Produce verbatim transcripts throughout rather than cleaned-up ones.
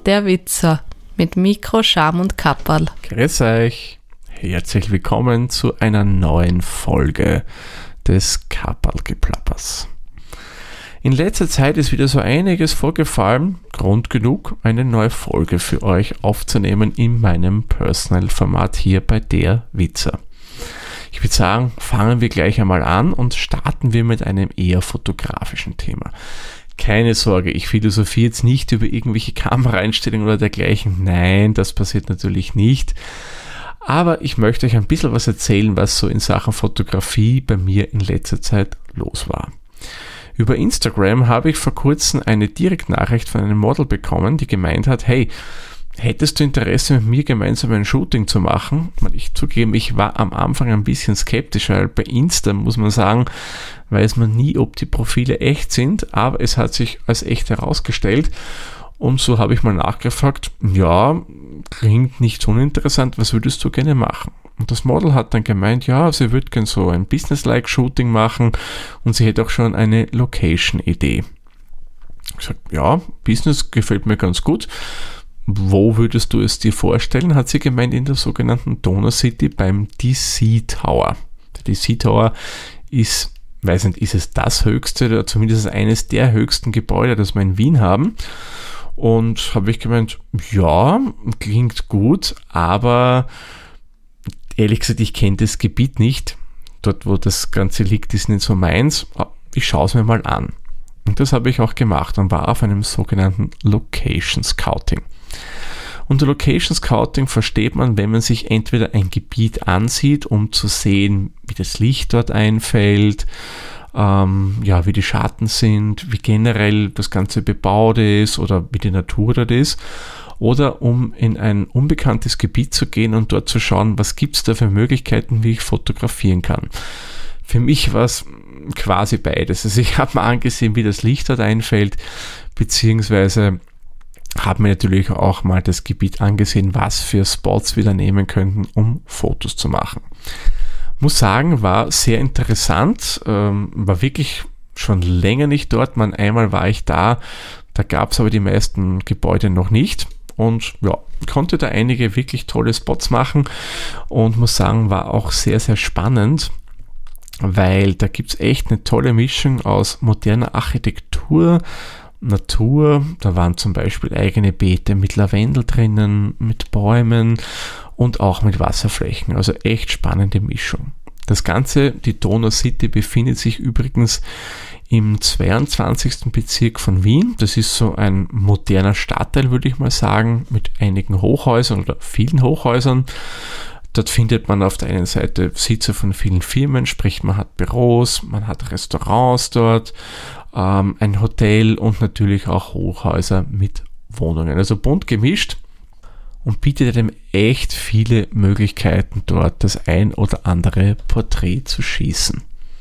der Witzer mit Mikro, Scham und Kapperl. Grüß euch, herzlich willkommen zu einer neuen Folge des Kapperlgeplappers. In letzter Zeit ist wieder so einiges vorgefallen, Grund genug, eine neue Folge für euch aufzunehmen in meinem Personal-Format hier bei der Witzer. Ich würde sagen, fangen wir gleich einmal an und starten wir mit einem eher fotografischen Thema. Keine Sorge, ich philosophiere jetzt nicht über irgendwelche Kameraeinstellungen oder dergleichen. Nein, das passiert natürlich nicht. Aber ich möchte euch ein bisschen was erzählen, was so in Sachen Fotografie bei mir in letzter Zeit los war. Über Instagram habe ich vor kurzem eine Direktnachricht von einem Model bekommen, die gemeint hat, hey, hättest du Interesse mit mir gemeinsam ein Shooting zu machen? Ich zugeben, ich war am Anfang ein bisschen skeptisch, weil bei Insta, muss man sagen, weiß man nie, ob die Profile echt sind, aber es hat sich als echt herausgestellt. Und so habe ich mal nachgefragt, ja, klingt nicht uninteressant, was würdest du gerne machen? Und das Model hat dann gemeint, ja, sie würde gerne so ein Business-like-Shooting machen und sie hätte auch schon eine Location-Idee. Ich habe gesagt, ja, Business gefällt mir ganz gut. Wo würdest du es dir vorstellen? Hat sie gemeint, in der sogenannten Donauscity beim D C Tower. Der D C Tower ist, weiß nicht, ist es das höchste oder zumindest eines der höchsten Gebäude, das wir in Wien haben. Und habe ich gemeint, ja, klingt gut, aber ehrlich gesagt, ich kenne das Gebiet nicht. Dort, wo das Ganze liegt, ist nicht so meins. Ich schaue es mir mal an. Und das habe ich auch gemacht und war auf einem sogenannten Location Scouting. Unter Location Scouting versteht man, wenn man sich entweder ein Gebiet ansieht, um zu sehen, wie das Licht dort einfällt, ähm, ja, wie die Schatten sind, wie generell das Ganze bebaut ist oder wie die Natur dort ist, oder um in ein unbekanntes Gebiet zu gehen und dort zu schauen, was gibt es da für Möglichkeiten, wie ich fotografieren kann. Für mich war es quasi beides. Also ich habe mir angesehen, wie das Licht dort einfällt, beziehungsweise habe mir natürlich auch mal das Gebiet angesehen, was für Spots wir da nehmen könnten, um Fotos zu machen. Muss sagen, war sehr interessant, ähm, war wirklich schon länger nicht dort. Man, einmal war ich da, da gab es aber die meisten Gebäude noch nicht und ja, konnte da einige wirklich tolle Spots machen und muss sagen, war auch sehr, sehr spannend, weil da gibt es echt eine tolle Mischung aus moderner Architektur, Natur, da waren zum Beispiel eigene Beete mit Lavendel drinnen, mit Bäumen und auch mit Wasserflächen, also echt spannende Mischung. Das Ganze, die Donauscity, befindet sich übrigens im zweiundzwanzigsten Bezirk von Wien. Das ist so ein moderner Stadtteil, würde ich mal sagen, mit einigen Hochhäusern oder vielen Hochhäusern. Dort findet man auf der einen Seite Sitze von vielen Firmen, sprich man hat Büros, man hat Restaurants dort, ähm, ein Hotel und natürlich auch Hochhäuser mit Wohnungen. Also bunt gemischt und bietet einem echt viele Möglichkeiten dort, das ein oder andere Porträt zu schießen.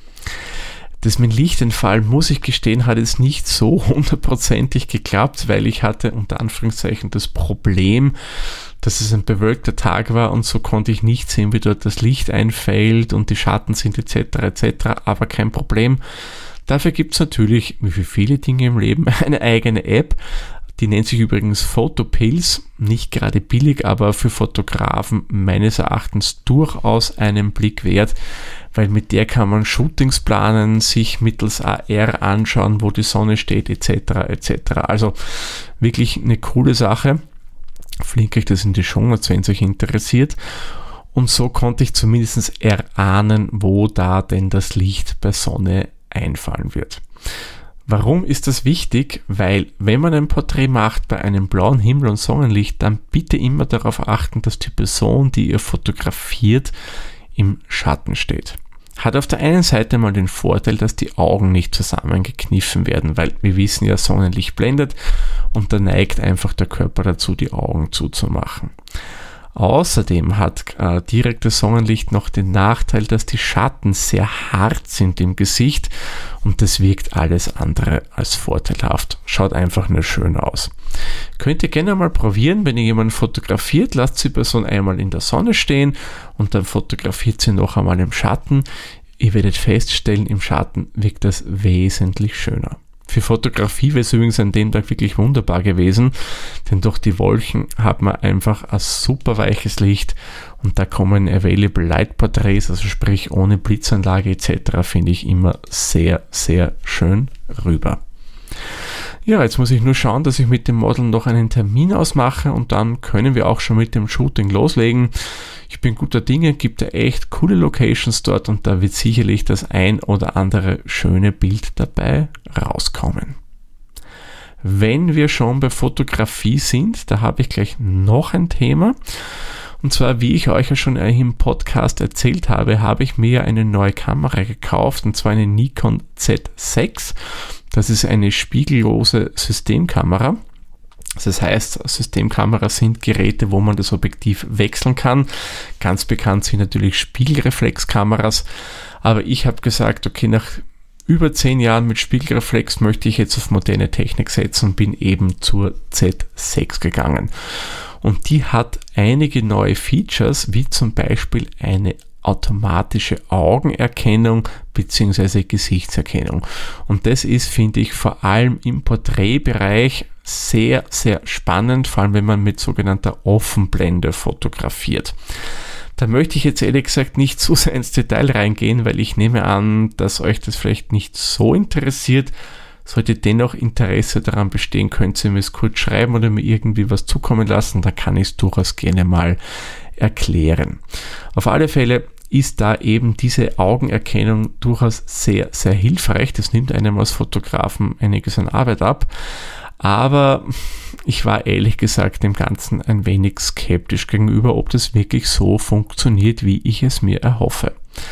Das mit Lichtentfall, muss ich gestehen, hat jetzt nicht so hundertprozentig geklappt, weil ich hatte unter Anführungszeichen das Problem, dass es ein bewölkter Tag war und so konnte ich nicht sehen, wie dort das Licht einfällt und die Schatten sind et cetera et cetera, aber kein Problem. Dafür gibt es natürlich, wie für viele Dinge im Leben, eine eigene App, die nennt sich übrigens Photopills, nicht gerade billig, aber für Fotografen meines Erachtens durchaus einen Blick wert, weil mit der kann man Shootings planen, sich mittels A R anschauen, wo die Sonne steht et cetera et cetera. Also wirklich eine coole Sache. Flinke ich das in die Shownotes, wenn es euch interessiert. Und so konnte ich zumindest erahnen, wo da denn das Licht bei Sonne einfallen wird. Warum ist das wichtig? Weil, wenn man ein Porträt macht bei einem blauen Himmel und Sonnenlicht, dann bitte immer darauf achten, dass die Person, die ihr fotografiert, im Schatten steht. Hat auf der einen Seite mal den Vorteil, dass die Augen nicht zusammengekniffen werden, weil wir wissen ja, Sonnenlicht blendet und da neigt einfach der Körper dazu, die Augen zuzumachen. Außerdem hat äh, direktes Sonnenlicht noch den Nachteil, dass die Schatten sehr hart sind im Gesicht und das wirkt alles andere als vorteilhaft. Schaut einfach nur schön aus. Könnt ihr gerne mal probieren, wenn ihr jemanden fotografiert, lasst die Person einmal in der Sonne stehen und dann fotografiert sie noch einmal im Schatten. Ihr werdet feststellen, im Schatten wirkt das wesentlich schöner. Für Fotografie wäre es übrigens an dem Tag wirklich wunderbar gewesen, denn durch die Wolken hat man einfach ein super weiches Licht und da kommen Available Light Porträts, also sprich ohne Blitzanlage et cetera, finde ich immer sehr, sehr schön rüber. Ja, jetzt muss ich nur schauen, dass ich mit dem Model noch einen Termin ausmache und dann können wir auch schon mit dem Shooting loslegen. Ich bin guter Dinge, gibt ja echt coole Locations dort und da wird sicherlich das ein oder andere schöne Bild dabei rauskommen. Wenn wir schon bei Fotografie sind, da habe ich gleich noch ein Thema. Und zwar, wie ich euch ja schon im Podcast erzählt habe, habe ich mir eine neue Kamera gekauft, und zwar eine Nikon Z sechs. Das ist eine spiegellose Systemkamera. Das heißt, Systemkameras sind Geräte, wo man das Objektiv wechseln kann. Ganz bekannt sind natürlich Spiegelreflexkameras. Aber ich habe gesagt, okay, nach über zehn Jahren mit Spiegelreflex möchte ich jetzt auf moderne Technik setzen und bin eben zur Z sechs gegangen. Und die hat einige neue Features, wie zum Beispiel eine automatische Augenerkennung bzw. Gesichtserkennung. Und das ist, finde ich, vor allem im Porträtbereich sehr, sehr spannend, vor allem wenn man mit sogenannter Offenblende fotografiert. Da möchte ich jetzt ehrlich gesagt nicht zu sehr ins Detail reingehen, weil ich nehme an, dass euch das vielleicht nicht so interessiert. Sollte dennoch Interesse daran bestehen, könnt ihr mir es kurz schreiben oder mir irgendwie was zukommen lassen, da kann ich es durchaus gerne mal erklären. Auf alle Fälle ist da eben diese Augenerkennung durchaus sehr, sehr hilfreich. Das nimmt einem als Fotografen einiges an Arbeit ab. Aber ich war ehrlich gesagt dem Ganzen ein wenig skeptisch gegenüber, ob das wirklich so funktioniert, wie ich es mir erhoffe.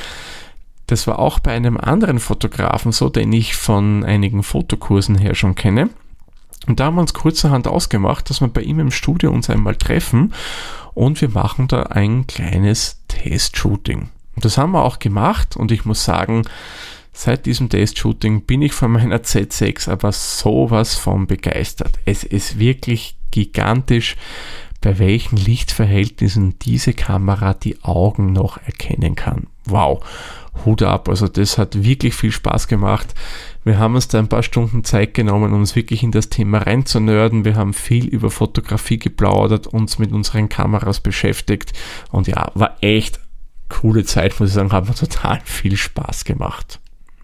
Das war auch bei einem anderen Fotografen so, den ich von einigen Fotokursen her schon kenne. Und da haben wir uns kurzerhand ausgemacht, dass wir bei ihm im Studio uns einmal treffen und wir machen da ein kleines Testshooting. Und das haben wir auch gemacht und ich muss sagen, seit diesem Testshooting bin ich von meiner Z sechs aber sowas von begeistert. Es ist wirklich gigantisch, bei welchen Lichtverhältnissen diese Kamera die Augen noch erkennen kann. Wow, Hut ab, also das hat wirklich viel Spaß gemacht. Wir haben uns da ein paar Stunden Zeit genommen, um uns wirklich in das Thema reinzunörden. Wir haben viel über Fotografie geplaudert, uns mit unseren Kameras beschäftigt und ja, war echt coole Zeit, muss ich sagen, hat mir total viel Spaß gemacht.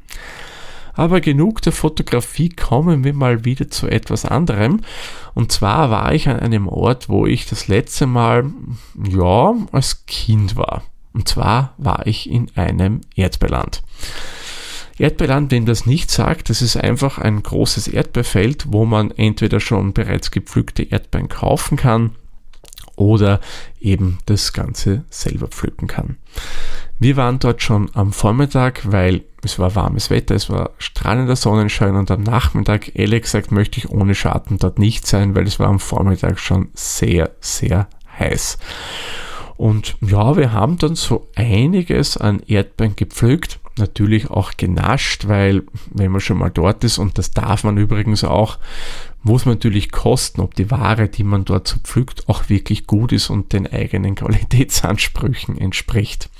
Aber genug der Fotografie, kommen wir mal wieder zu etwas anderem. Und zwar war ich an einem Ort, wo ich das letzte Mal, ja, als Kind war. Und zwar war ich in einem Erdbeerland. Erdbeerland, wem das nicht sagt, das ist einfach ein großes Erdbeerfeld, wo man entweder schon bereits gepflückte Erdbeeren kaufen kann oder eben das Ganze selber pflücken kann. Wir waren dort schon am Vormittag, weil es war warmes Wetter, es war strahlender Sonnenschein und am Nachmittag, ehrlich gesagt, möchte ich ohne Schatten dort nicht sein, weil es war am Vormittag schon sehr, sehr heiß. Und ja, wir haben dann so einiges an Erdbeeren gepflückt, natürlich auch genascht, weil wenn man schon mal dort ist, und das darf man übrigens auch, muss man natürlich kosten, ob die Ware, die man dort so pflückt, auch wirklich gut ist und den eigenen Qualitätsansprüchen entspricht.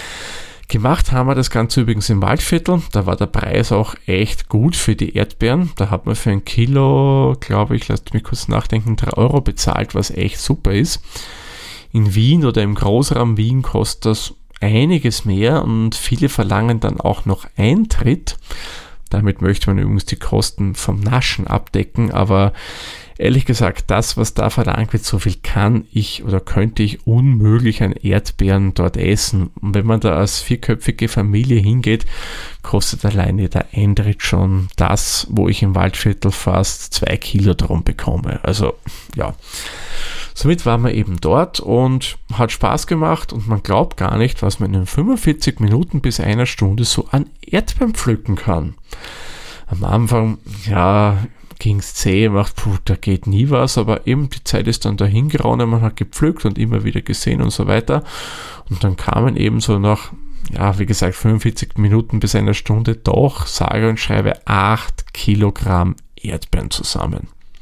Gemacht haben wir das Ganze übrigens im Waldviertel, da war der Preis auch echt gut für die Erdbeeren, da hat man für ein Kilo, glaube ich, lasst mich kurz nachdenken, drei Euro bezahlt, was echt super ist. In Wien oder im Großraum Wien kostet das einiges mehr und viele verlangen dann auch noch Eintritt. Damit möchte man übrigens die Kosten vom Naschen abdecken, aber ehrlich gesagt, das, was da verlangt wird, so viel kann ich oder könnte ich unmöglich an Erdbeeren dort essen. Und wenn man da als vierköpfige Familie hingeht, kostet alleine der Eintritt schon das, wo ich im Waldviertel fast zwei Kilo drum bekomme. Also ja, somit waren wir eben dort und hat Spaß gemacht und man glaubt gar nicht, was man in fünfundvierzig Minuten bis einer Stunde so an Erdbeeren pflücken kann. Am Anfang, ja, ging es zäh, macht, puh, da geht nie was, aber eben die Zeit ist dann dahin geronnen, man hat gepflückt und immer wieder gesehen und so weiter. Und dann kamen eben so nach, ja, wie gesagt, fünfundvierzig Minuten bis einer Stunde doch, sage und schreibe, acht Kilogramm Erdbeeren zusammen.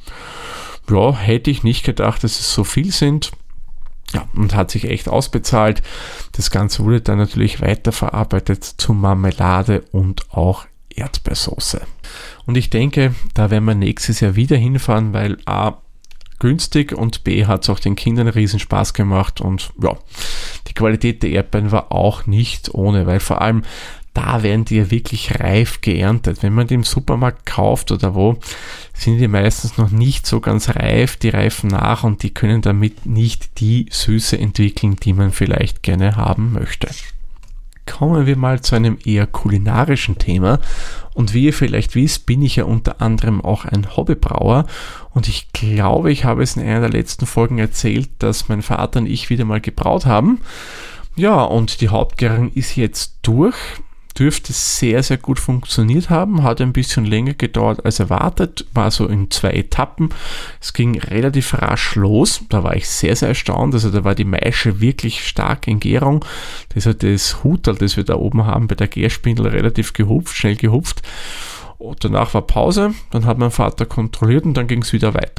Ja, hätte ich nicht gedacht, dass es so viel sind. Ja, und hat sich echt ausbezahlt. Das Ganze wurde dann natürlich weiterverarbeitet zu Marmelade und auch Erdbeersoße. Und ich denke, da werden wir nächstes Jahr wieder hinfahren, weil A, günstig und B, hat es auch den Kindern riesen Spaß gemacht und ja, die Qualität der Erdbeeren war auch nicht ohne, weil vor allem da werden die ja wirklich reif geerntet. Wenn man die im Supermarkt kauft oder wo, sind die meistens noch nicht so ganz reif, die reifen nach und die können damit nicht die Süße entwickeln, die man vielleicht gerne haben möchte. Kommen wir mal zu einem eher kulinarischen Thema und wie ihr vielleicht wisst, bin ich ja unter anderem auch ein Hobbybrauer und ich glaube, ich habe es in einer der letzten Folgen erzählt, dass mein Vater und ich wieder mal gebraut haben. Ja, und die Hauptgärung ist jetzt durch. Dürfte sehr, sehr gut funktioniert haben, hat ein bisschen länger gedauert als erwartet, war so in zwei Etappen. Es ging relativ rasch los, da war ich sehr, sehr erstaunt, also da war die Maische wirklich stark in Gärung. Das hat das Huterl, das wir da oben haben, bei der Gärspindel relativ gehupft, schnell gehupft. Und danach war Pause, dann hat mein Vater kontrolliert und dann ging es wieder weiter.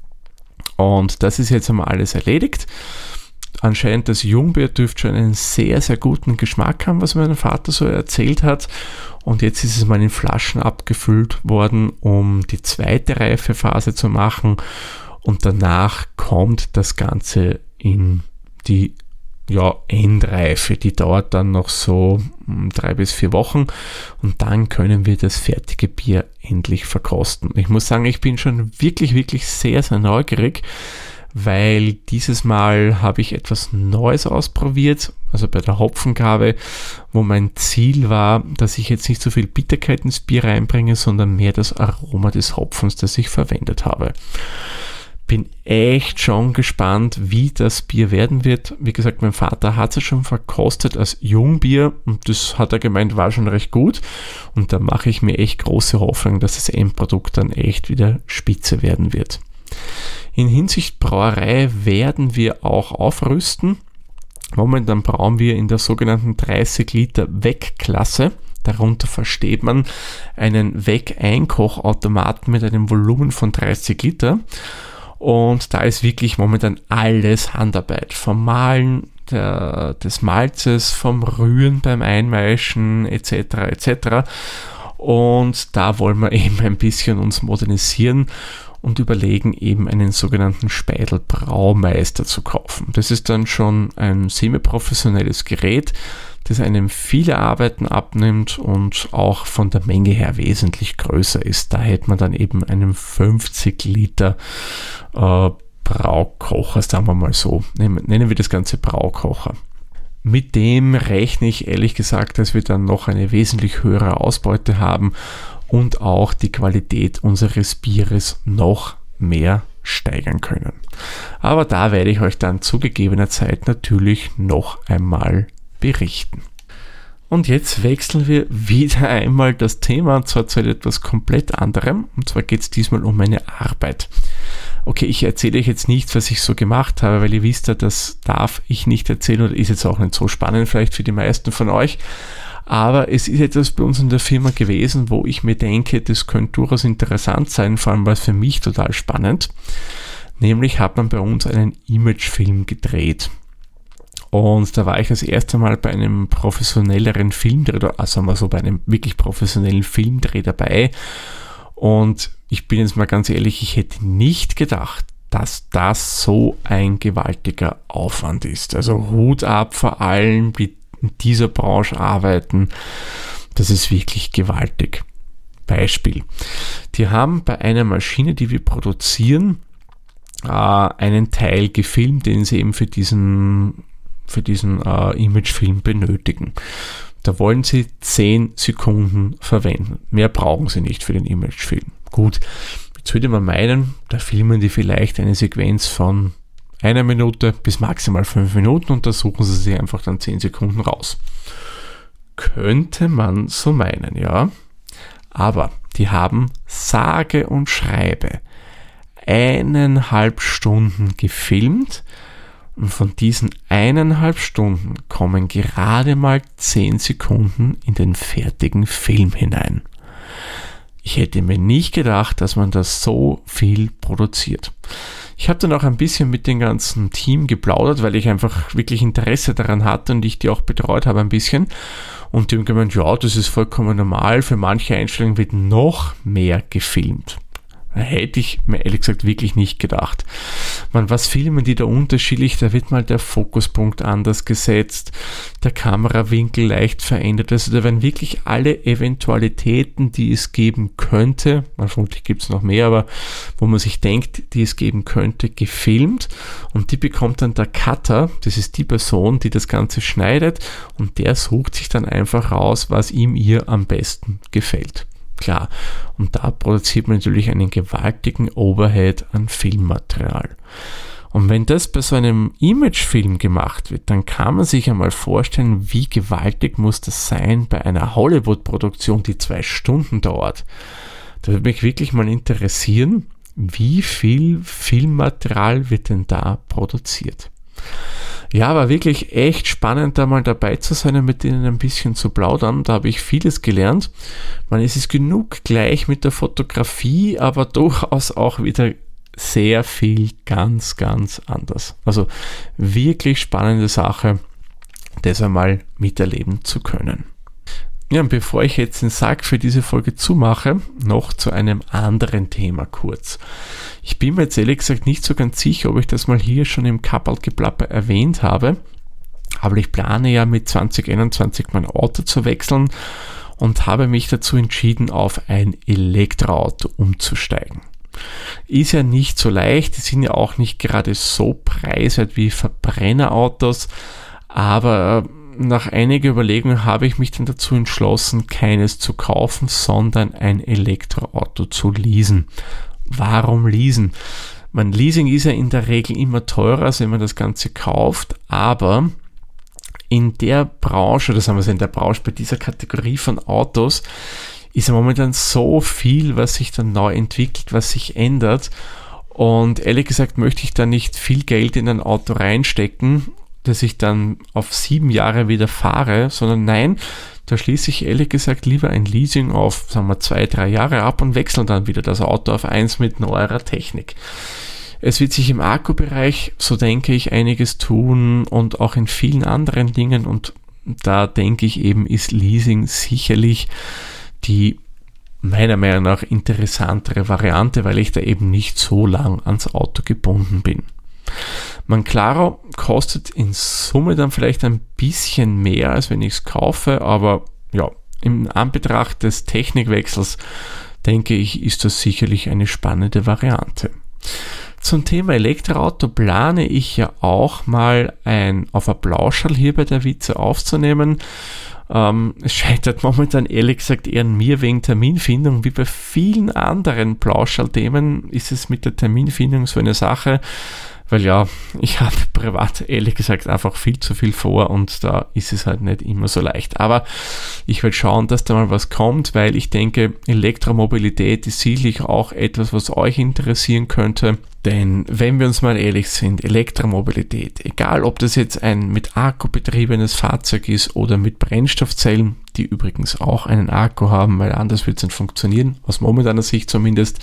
Und das ist jetzt einmal alles erledigt. Anscheinend das Jungbier dürfte schon einen sehr, sehr guten Geschmack haben, was mein Vater so erzählt hat. Und jetzt ist es mal in Flaschen abgefüllt worden, um die zweite Reifephase zu machen. Und danach kommt das Ganze in die ja, Endreife. Die dauert dann noch so drei bis vier Wochen. Und dann können wir das fertige Bier endlich verkosten. Ich muss sagen, ich bin schon wirklich, wirklich sehr, sehr neugierig, weil dieses Mal habe ich etwas Neues ausprobiert, also bei der Hopfengabe, wo mein Ziel war, dass ich jetzt nicht so viel Bitterkeit ins Bier reinbringe, sondern mehr das Aroma des Hopfens, das ich verwendet habe. Bin echt schon gespannt, wie das Bier werden wird. Wie gesagt, mein Vater hat es schon verkostet als Jungbier und das hat er gemeint, war schon recht gut. Und da mache ich mir echt große Hoffnung, dass das Endprodukt dann echt wieder spitze werden wird. In Hinsicht Brauerei werden wir auch aufrüsten. Momentan brauen wir in der sogenannten dreißig Liter Weck-Klasse. Darunter versteht man einen Weck-Einkochautomaten mit einem Volumen von dreißig Liter. Und da ist wirklich momentan alles Handarbeit. Vom Mahlen der, des Malzes, vom Rühren beim Einmeischen et cetera et cetera. Und da wollen wir eben ein bisschen uns modernisieren und überlegen, eben einen sogenannten Speidel Braumeister zu kaufen. Das ist dann schon ein semi-professionelles Gerät, das einem viele Arbeiten abnimmt und auch von der Menge her wesentlich größer ist. Da hätte man dann eben einen fünfzig Liter äh, Braukocher, sagen wir mal so. Nennen wir das Ganze Braukocher. Mit dem rechne ich ehrlich gesagt, dass wir dann noch eine wesentlich höhere Ausbeute haben und auch die Qualität unseres Bieres noch mehr steigern können. Aber da werde ich euch dann zu gegebener Zeit natürlich noch einmal berichten. Und jetzt wechseln wir wieder einmal das Thema, und zwar zu etwas komplett anderem, und zwar geht es diesmal um meine Arbeit. Okay, ich erzähle euch jetzt nichts, was ich so gemacht habe, weil ihr wisst ja, das darf ich nicht erzählen oder ist jetzt auch nicht so spannend vielleicht für die meisten von euch. Aber es ist etwas bei uns in der Firma gewesen, wo ich mir denke, das könnte durchaus interessant sein, vor allem war es für mich total spannend. Nämlich hat man bei uns einen Imagefilm gedreht. Und da war ich das erste Mal bei einem professionelleren Filmdreh, also mal so bei einem wirklich professionellen Filmdreh dabei. Und ich bin jetzt mal ganz ehrlich, ich hätte nicht gedacht, dass das so ein gewaltiger Aufwand ist. Also Hut ab vor allem, die in dieser Branche arbeiten, das ist wirklich gewaltig. Beispiel. Die haben bei einer Maschine, die wir produzieren, äh, einen Teil gefilmt, den sie eben für diesen, für diesen äh, Imagefilm benötigen. Da wollen sie zehn Sekunden verwenden. Mehr brauchen sie nicht für den Imagefilm. Gut, jetzt würde man meinen, da filmen die vielleicht eine Sequenz von einer Minute bis maximal fünf Minuten und da suchen sie sich einfach dann zehn Sekunden raus. Könnte man so meinen, ja. Aber die haben sage und schreibe eineinhalb Stunden gefilmt und von diesen eineinhalb Stunden kommen gerade mal zehn Sekunden in den fertigen Film hinein. ich hätte mir nicht gedacht, dass man das so viel produziert. Ich habe dann auch ein bisschen mit dem ganzen Team geplaudert, weil ich einfach wirklich Interesse daran hatte und ich die auch betreut habe ein bisschen. Und die haben gemeint, ja, das ist vollkommen normal, für manche Einstellungen wird noch mehr gefilmt. Hätte ich mir ehrlich gesagt wirklich nicht gedacht. Man, was filmen die da unterschiedlich? Da wird mal der Fokuspunkt anders gesetzt, der Kamerawinkel leicht verändert. Also da werden wirklich alle Eventualitäten, die es geben könnte, vermutlich gibt es noch mehr, aber wo man sich denkt, die es geben könnte, gefilmt. Und die bekommt dann der Cutter, das ist die Person, die das Ganze schneidet, und der sucht sich dann einfach raus, was ihm ihr am besten gefällt. Klar, und da produziert man natürlich einen gewaltigen Overhead an Filmmaterial. Und wenn das bei so einem Imagefilm gemacht wird, dann kann man sich einmal vorstellen, wie gewaltig muss das sein bei einer Hollywood-Produktion, die zwei Stunden dauert. Da würde mich wirklich mal interessieren, wie viel Filmmaterial wird denn da produziert? Ja, war wirklich echt spannend, da mal dabei zu sein und mit denen ein bisschen zu plaudern. Da habe ich vieles gelernt. Man, es ist genug gleich mit der Fotografie, aber durchaus auch wieder sehr viel ganz, ganz anders. Also wirklich spannende Sache, das einmal miterleben zu können. Ja, und bevor ich jetzt den Sack für diese Folge zumache, noch zu einem anderen Thema kurz. Ich bin mir jetzt ehrlich gesagt nicht so ganz sicher, ob ich das mal hier schon im Kapperlgeplapper erwähnt habe, aber ich plane ja mit zwanzig einundzwanzig mein Auto zu wechseln und habe mich dazu entschieden, auf ein Elektroauto umzusteigen. Ist ja nicht so leicht, die sind ja auch nicht gerade so preiswert wie Verbrennerautos, aber nach einiger Überlegung habe ich mich dann dazu entschlossen, keines zu kaufen, sondern ein Elektroauto zu leasen. Warum leasen? Mein Leasing ist ja in der Regel immer teurer, als wenn man das Ganze kauft, aber in der Branche, das haben wir in der Branche bei dieser Kategorie von Autos, ist ja momentan so viel, was sich dann neu entwickelt, was sich ändert, und ehrlich gesagt möchte ich da nicht viel Geld in ein Auto reinstecken, dass ich dann auf sieben Jahre wieder fahre, sondern nein, da schließe ich ehrlich gesagt lieber ein Leasing auf, sagen wir, zwei, drei Jahre ab und wechsle dann wieder das Auto auf eins mit neuerer Technik. Es wird sich im Akkubereich, so denke ich, einiges tun und auch in vielen anderen Dingen, und da denke ich eben, ist Leasing sicherlich die meiner Meinung nach interessantere Variante, weil ich da eben nicht so lang ans Auto gebunden bin. Mein Claro kostet in Summe dann vielleicht ein bisschen mehr, als wenn ich es kaufe, aber ja, im Anbetracht des Technikwechsels denke ich, ist das sicherlich eine spannende Variante. Zum Thema Elektroauto plane ich ja auch mal ein auf ein Plauschall hier bei der Witze aufzunehmen. Ähm, es scheitert momentan ehrlich gesagt eher an mir wegen Terminfindung. Wie bei vielen anderen Plauschall-Themen ist es mit der Terminfindung so eine Sache, weil ja, ich habe privat ehrlich gesagt einfach viel zu viel vor und da ist es halt nicht immer so leicht. Aber ich werde schauen, dass da mal was kommt, weil ich denke, Elektromobilität ist sicherlich auch etwas, was euch interessieren könnte. Denn wenn wir uns mal ehrlich sind, Elektromobilität, egal ob das jetzt ein mit Akku betriebenes Fahrzeug ist oder mit Brennstoffzellen, die übrigens auch einen Akku haben, weil anders wird es nicht funktionieren, aus momentaner Sicht zumindest,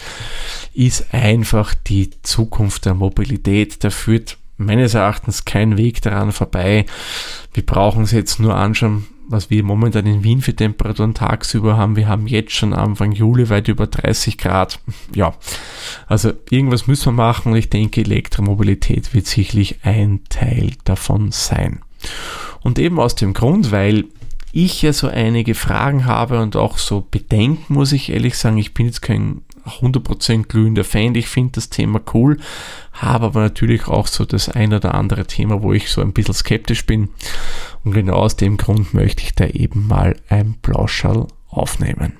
ist einfach die Zukunft der Mobilität. Da führt meines Erachtens kein Weg daran vorbei. Wir brauchen es jetzt nur anschauen, was wir momentan in Wien für Temperaturen tagsüber haben. Wir haben jetzt schon Anfang Juli weit über dreißig Grad. Ja, also irgendwas müssen wir machen und ich denke, Elektromobilität wird sicherlich ein Teil davon sein. Und eben aus dem Grund, weil ich ja so einige Fragen habe und auch so Bedenken, muss ich ehrlich sagen, ich bin jetzt kein hundert Prozent glühender Fan, ich finde das Thema cool, habe aber natürlich auch so das ein oder andere Thema, wo ich so ein bisschen skeptisch bin, und genau aus dem Grund möchte ich da eben mal ein Plauschall aufnehmen.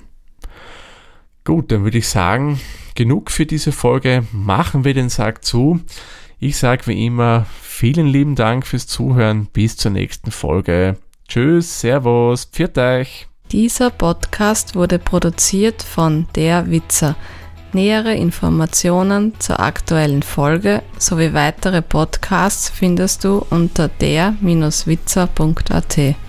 Gut, dann würde ich sagen, genug für diese Folge, machen wir den Sack zu. Ich sage wie immer, vielen lieben Dank fürs Zuhören, bis zur nächsten Folge. Tschüss, Servus, pfiat euch. Dieser Podcast wurde produziert von Der Witzer. Nähere Informationen zur aktuellen Folge sowie weitere Podcasts findest du unter der Bindestrich witzer punkt at.